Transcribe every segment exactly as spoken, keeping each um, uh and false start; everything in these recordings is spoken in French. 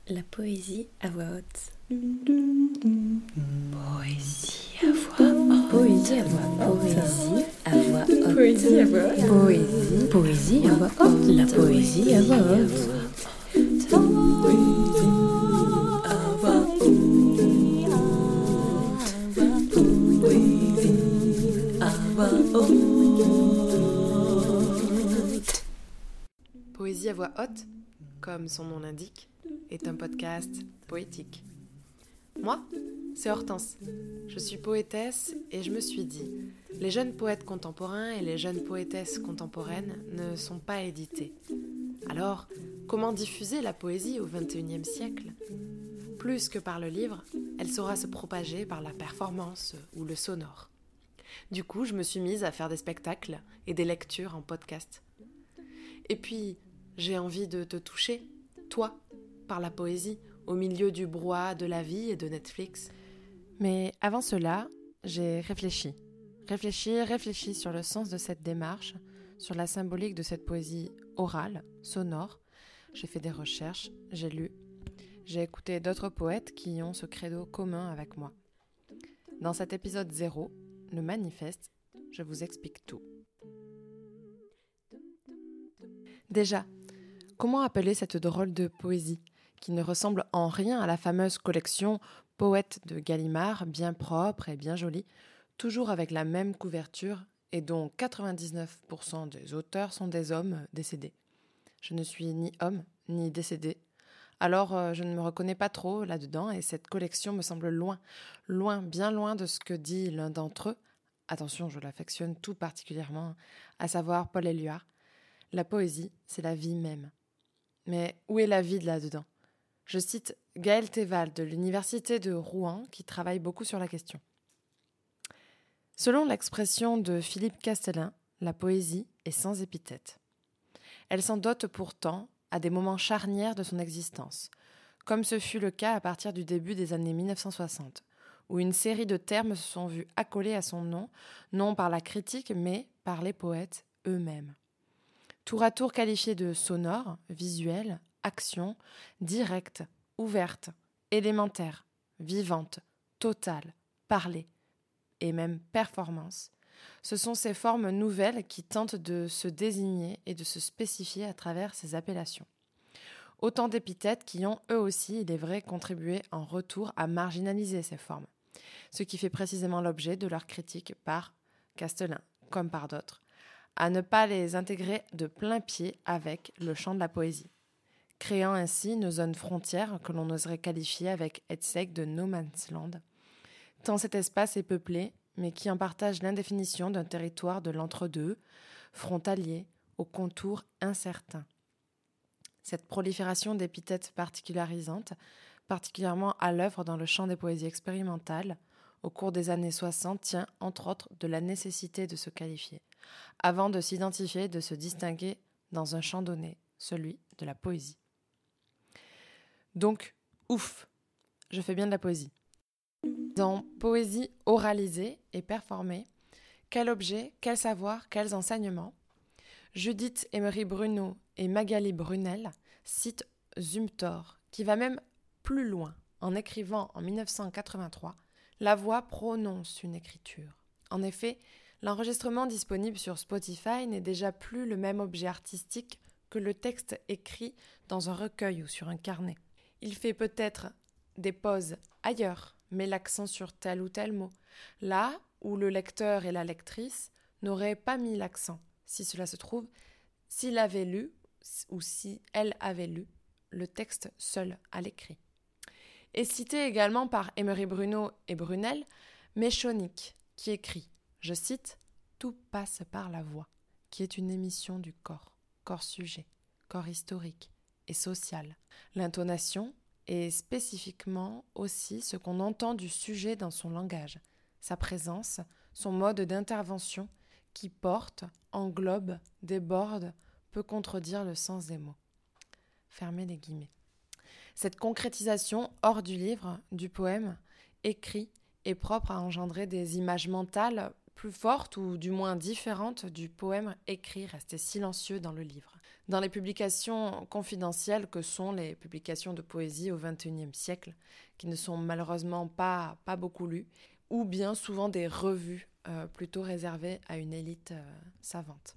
La poésie à voix haute. Poésie à voix haute. Poésie à voix haute. Poésie à voix haute. Poésie. Poésie à voix haute. La poésie à voix haute. Poésie à voix haute, comme son nom l'indique, est un podcast poétique. Moi, c'est Hortense. Je suis poétesse et je me suis dit, les jeunes poètes contemporains et les jeunes poétesses contemporaines ne sont pas édités. Alors, comment diffuser la poésie au vingt et unième siècle ? Plus que par le livre, elle saura se propager par la performance ou le sonore. Du coup, je me suis mise à faire des spectacles et des lectures en podcast. Et puis, j'ai envie de te toucher, toi, par la poésie, au milieu du brouhaha de la vie et de Netflix. Mais avant cela, j'ai réfléchi. Réfléchi, réfléchi sur le sens de cette démarche, sur la symbolique de cette poésie orale, sonore. J'ai fait des recherches, j'ai lu. J'ai écouté d'autres poètes qui ont ce credo commun avec moi. Dans cet épisode zéro, le manifeste, je vous explique tout. Déjà, comment appeler cette drôle de poésie qui ne ressemble en rien à la fameuse collection Poètes de Gallimard, bien propre et bien jolie, toujours avec la même couverture et dont quatre-vingt-dix-neuf pour cent des auteurs sont des hommes décédés. Je ne suis ni homme ni décédé, alors euh, je ne me reconnais pas trop là-dedans et cette collection me semble loin, loin, bien loin de ce que dit l'un d'entre eux. Attention, je l'affectionne tout particulièrement, à savoir Paul Éluard. La poésie, c'est la vie même. Mais où est la vie de là-dedans ? Je cite Gaël Théval de l'Université de Rouen qui travaille beaucoup sur la question. Selon l'expression de Philippe Castelin, la poésie est sans épithète. Elle s'en dote pourtant à des moments charnières de son existence, comme ce fut le cas à partir du début des années mille neuf cent soixante, où une série de termes se sont vus accolés à son nom, non par la critique, mais par les poètes eux-mêmes. Tour à tour qualifiés de sonore, visuel, action, directe, ouverte, élémentaire, vivante, totale, parlée et même performance, ce sont ces formes nouvelles qui tentent de se désigner et de se spécifier à travers ces appellations. Autant d'épithètes qui ont eux aussi, il est vrai, contribué en retour à marginaliser ces formes, ce qui fait précisément l'objet de leur critique par Castelin, comme par d'autres, à ne pas les intégrer de plein pied avec le champ de la poésie, créant ainsi une zone frontière que l'on oserait qualifier avec Hetzeg de no man's land, tant cet espace est peuplé, mais qui en partage l'indéfinition d'un territoire de l'entre-deux, frontalier, aux contours incertains. Cette prolifération d'épithètes particularisantes, particulièrement à l'œuvre dans le champ des poésies expérimentales, au cours des années soixante, tient entre autres de la nécessité de se qualifier, avant de s'identifier, de se distinguer dans un champ donné, celui de la poésie. Donc, ouf, je fais bien de la poésie. Dans poésie oralisée et performée, quel objet, quel savoir, quels enseignements ? Judith Emery-Bruno et Magali Brunel citent Zumthor, qui va même plus loin en écrivant en dix-neuf cent quatre-vingt-trois « La voix prononce une écriture ». En effet, l'enregistrement disponible sur Spotify n'est déjà plus le même objet artistique que le texte écrit dans un recueil ou sur un carnet. Il fait peut-être des pauses ailleurs, met l'accent sur tel ou tel mot, là où le lecteur et la lectrice n'auraient pas mis l'accent, si cela se trouve, s'il avait lu ou si elle avait lu le texte seul à l'écrit. Et cité également par Emery-Bruno et Brunel, Méchonic, qui écrit, je cite, « Tout passe par la voix, qui est une émission du corps, corps sujet, corps historique et social. L'intonation est spécifiquement aussi ce qu'on entend du sujet dans son langage, sa présence, son mode d'intervention qui porte, englobe, déborde, peut contredire le sens des mots. » Fermez les guillemets. Cette concrétisation hors du livre, du poème, écrit, est propre à engendrer des images mentales plus fortes ou du moins différentes du poème écrit resté silencieux dans le livre. Dans les publications confidentielles que sont les publications de poésie au vingt et unième siècle, qui ne sont malheureusement pas, pas beaucoup lues, ou bien souvent des revues euh, plutôt réservées à une élite euh, savante.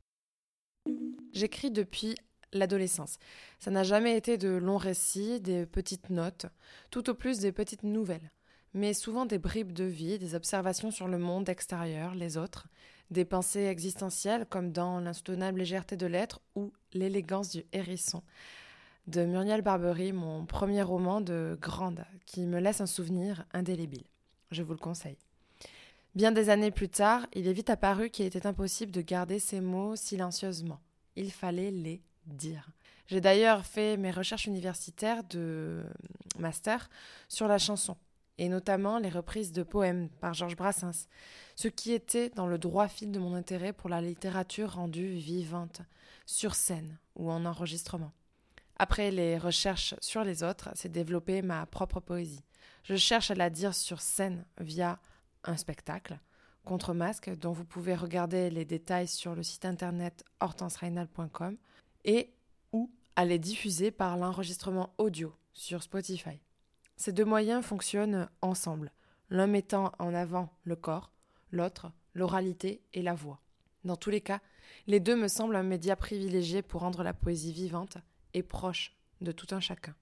J'écris depuis l'adolescence. Ça n'a jamais été de longs récits, des petites notes, tout au plus des petites nouvelles, mais souvent des bribes de vie, des observations sur le monde extérieur, les autres, des pensées existentielles comme dans L'insoutenable légèreté de l'être ou L'élégance du hérisson de Muriel Barbery, mon premier roman de grande, qui me laisse un souvenir indélébile. Je vous le conseille. Bien des années plus tard, il est vite apparu qu'il était impossible de garder ces mots silencieusement. Il fallait les dire. J'ai d'ailleurs fait mes recherches universitaires de master sur la chanson, et notamment les reprises de poèmes par Georges Brassens, ce qui était dans le droit fil de mon intérêt pour la littérature rendue vivante, sur scène ou en enregistrement. Après les recherches sur les autres, c'est développer ma propre poésie. Je cherche à la dire sur scène via un spectacle, contre masque, dont vous pouvez regarder les détails sur le site internet hortense reynal point com et ou à les diffuser par l'enregistrement audio sur Spotify. Ces deux moyens fonctionnent ensemble, l'un mettant en avant le corps, l'autre l'oralité et la voix. Dans tous les cas, les deux me semblent un média privilégié pour rendre la poésie vivante et proche de tout un chacun.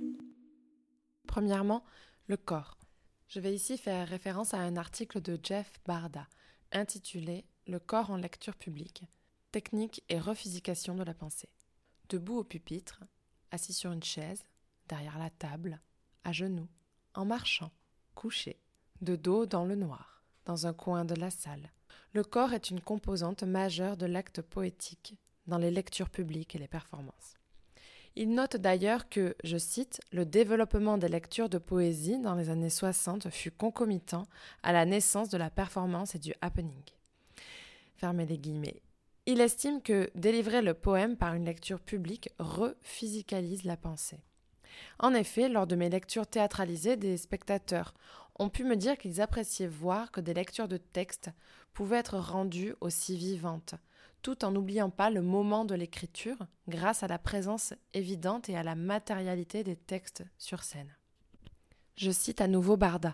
Premièrement, le corps. Je vais ici faire référence à un article de Jeff Barda, intitulé « Le corps en lecture publique, technique et rephysication de la pensée ». Debout au pupitre, assis sur une chaise, derrière la table, à genoux, en marchant, couché, de dos dans le noir, dans un coin de la salle. Le corps est une composante majeure de l'acte poétique dans les lectures publiques et les performances. Il note d'ailleurs que, je cite, « le développement des lectures de poésie dans les années soixante fut concomitant à la naissance de la performance et du happening ». Fermez les guillemets. Il estime que délivrer le poème par une lecture publique rephysicalise la pensée. En effet, lors de mes lectures théâtralisées, des spectateurs ont pu me dire qu'ils appréciaient voir que des lectures de textes pouvaient être rendues aussi vivantes, tout en n'oubliant pas le moment de l'écriture, grâce à la présence évidente et à la matérialité des textes sur scène. Je cite à nouveau Barda.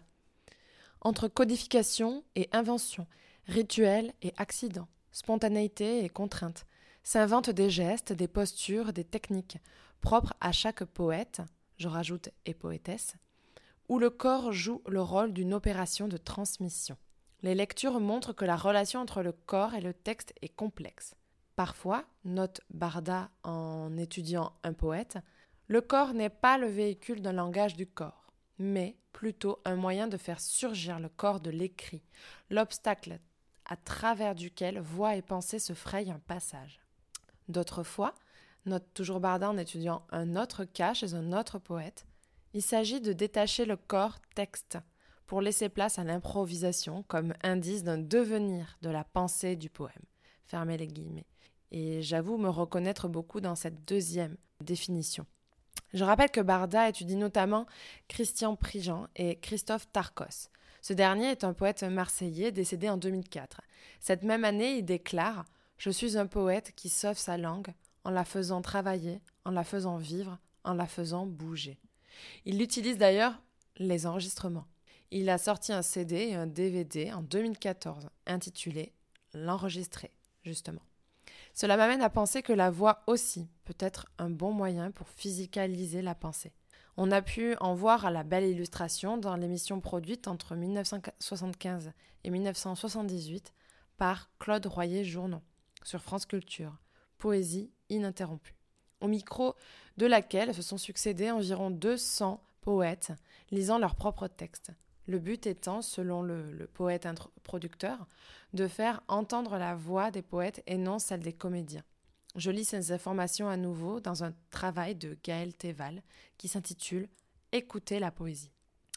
« Entre codification et invention, rituel et accident, spontanéité et contrainte, s'inventent des gestes, des postures, des techniques, propres à chaque poète, je rajoute et poétesse, où le corps joue le rôle d'une opération de transmission. Les lectures montrent que la relation entre le corps et le texte est complexe. Parfois, note Barda en étudiant un poète, le corps n'est pas le véhicule d'un langage du corps, mais plutôt un moyen de faire surgir le corps de l'écrit, l'obstacle à travers duquel voix et pensée se frayent un passage. D'autres fois, note toujours Barda en étudiant un autre cas chez un autre poète, il s'agit de détacher le corps-texte pour laisser place à l'improvisation comme indice d'un devenir de la pensée du poème. Fermez les guillemets. Et j'avoue me reconnaître beaucoup dans cette deuxième définition. Je rappelle que Barda étudie notamment Christian Prigent et Christophe Tarkos. Ce dernier est un poète marseillais décédé en deux mille quatre. Cette même année, il déclare « Je suis un poète qui sauve sa langue en la faisant travailler, en la faisant vivre, en la faisant bouger. » Il utilise d'ailleurs les enregistrements. Il a sorti un C D et un D V D en deux mille quatorze, intitulé « L'enregistrer », justement. Cela m'amène à penser que la voix aussi peut être un bon moyen pour physicaliser la pensée. On a pu en voir à la belle illustration dans l'émission produite entre dix-neuf cent soixante-quinze et dix-neuf cent soixante-dix-huit par Claude Royer-Journon sur France Culture, Poésie ininterrompue, au micro de laquelle se sont succédés environ deux cents poètes lisant leurs propres textes. Le but étant, selon le, le poète producteur, de faire entendre la voix des poètes et non celle des comédiens. Je lis ces informations à nouveau dans un travail de Gaël Théval qui s'intitule « Écouter la poésie ».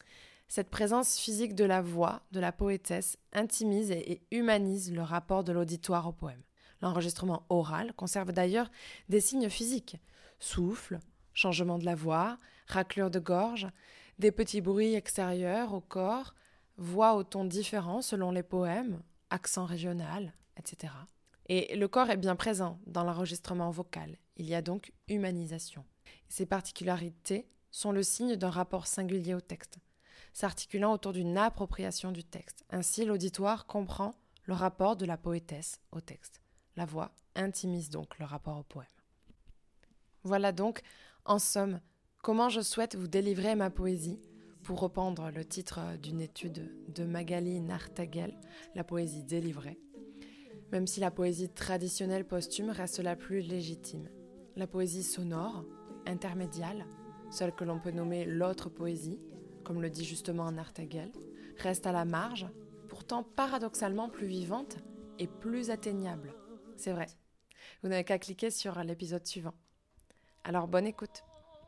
Cette présence physique de la voix, de la poétesse, intimise et humanise le rapport de l'auditoire au poème. L'enregistrement oral conserve d'ailleurs des signes physiques, souffle, changement de la voix, raclure de gorge, des petits bruits extérieurs au corps, voix au ton différent selon les poèmes, accent régional, et cetera. Et le corps est bien présent dans l'enregistrement vocal. Il y a donc humanisation. Ces particularités sont le signe d'un rapport singulier au texte, s'articulant autour d'une appropriation du texte. Ainsi, l'auditoire comprend le rapport de la poétesse au texte. La voix intimise donc le rapport au poème. Voilà donc, en somme, comment je souhaite vous délivrer ma poésie, pour reprendre le titre d'une étude de Magali Nartaguel, la poésie délivrée, même si la poésie traditionnelle posthume reste la plus légitime. La poésie sonore, intermédiale, celle que l'on peut nommer l'autre poésie, comme le dit justement Nartaguel, reste à la marge, pourtant paradoxalement plus vivante et plus atteignable. C'est vrai. Vous n'avez qu'à cliquer sur l'épisode suivant. Alors bonne écoute.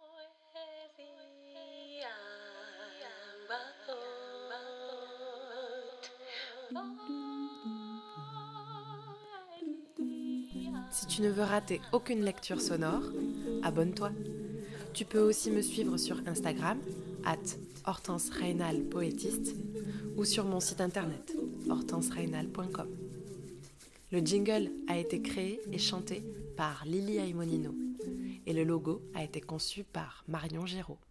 Si tu ne veux rater aucune lecture sonore, abonne-toi. Tu peux aussi me suivre sur Instagram, arobase hortense reynal poétiste, ou sur mon site internet, hortense reynal point com. Le jingle a été créé et chanté par Lily Aimonino, et le logo a été conçu par Marion Giraud.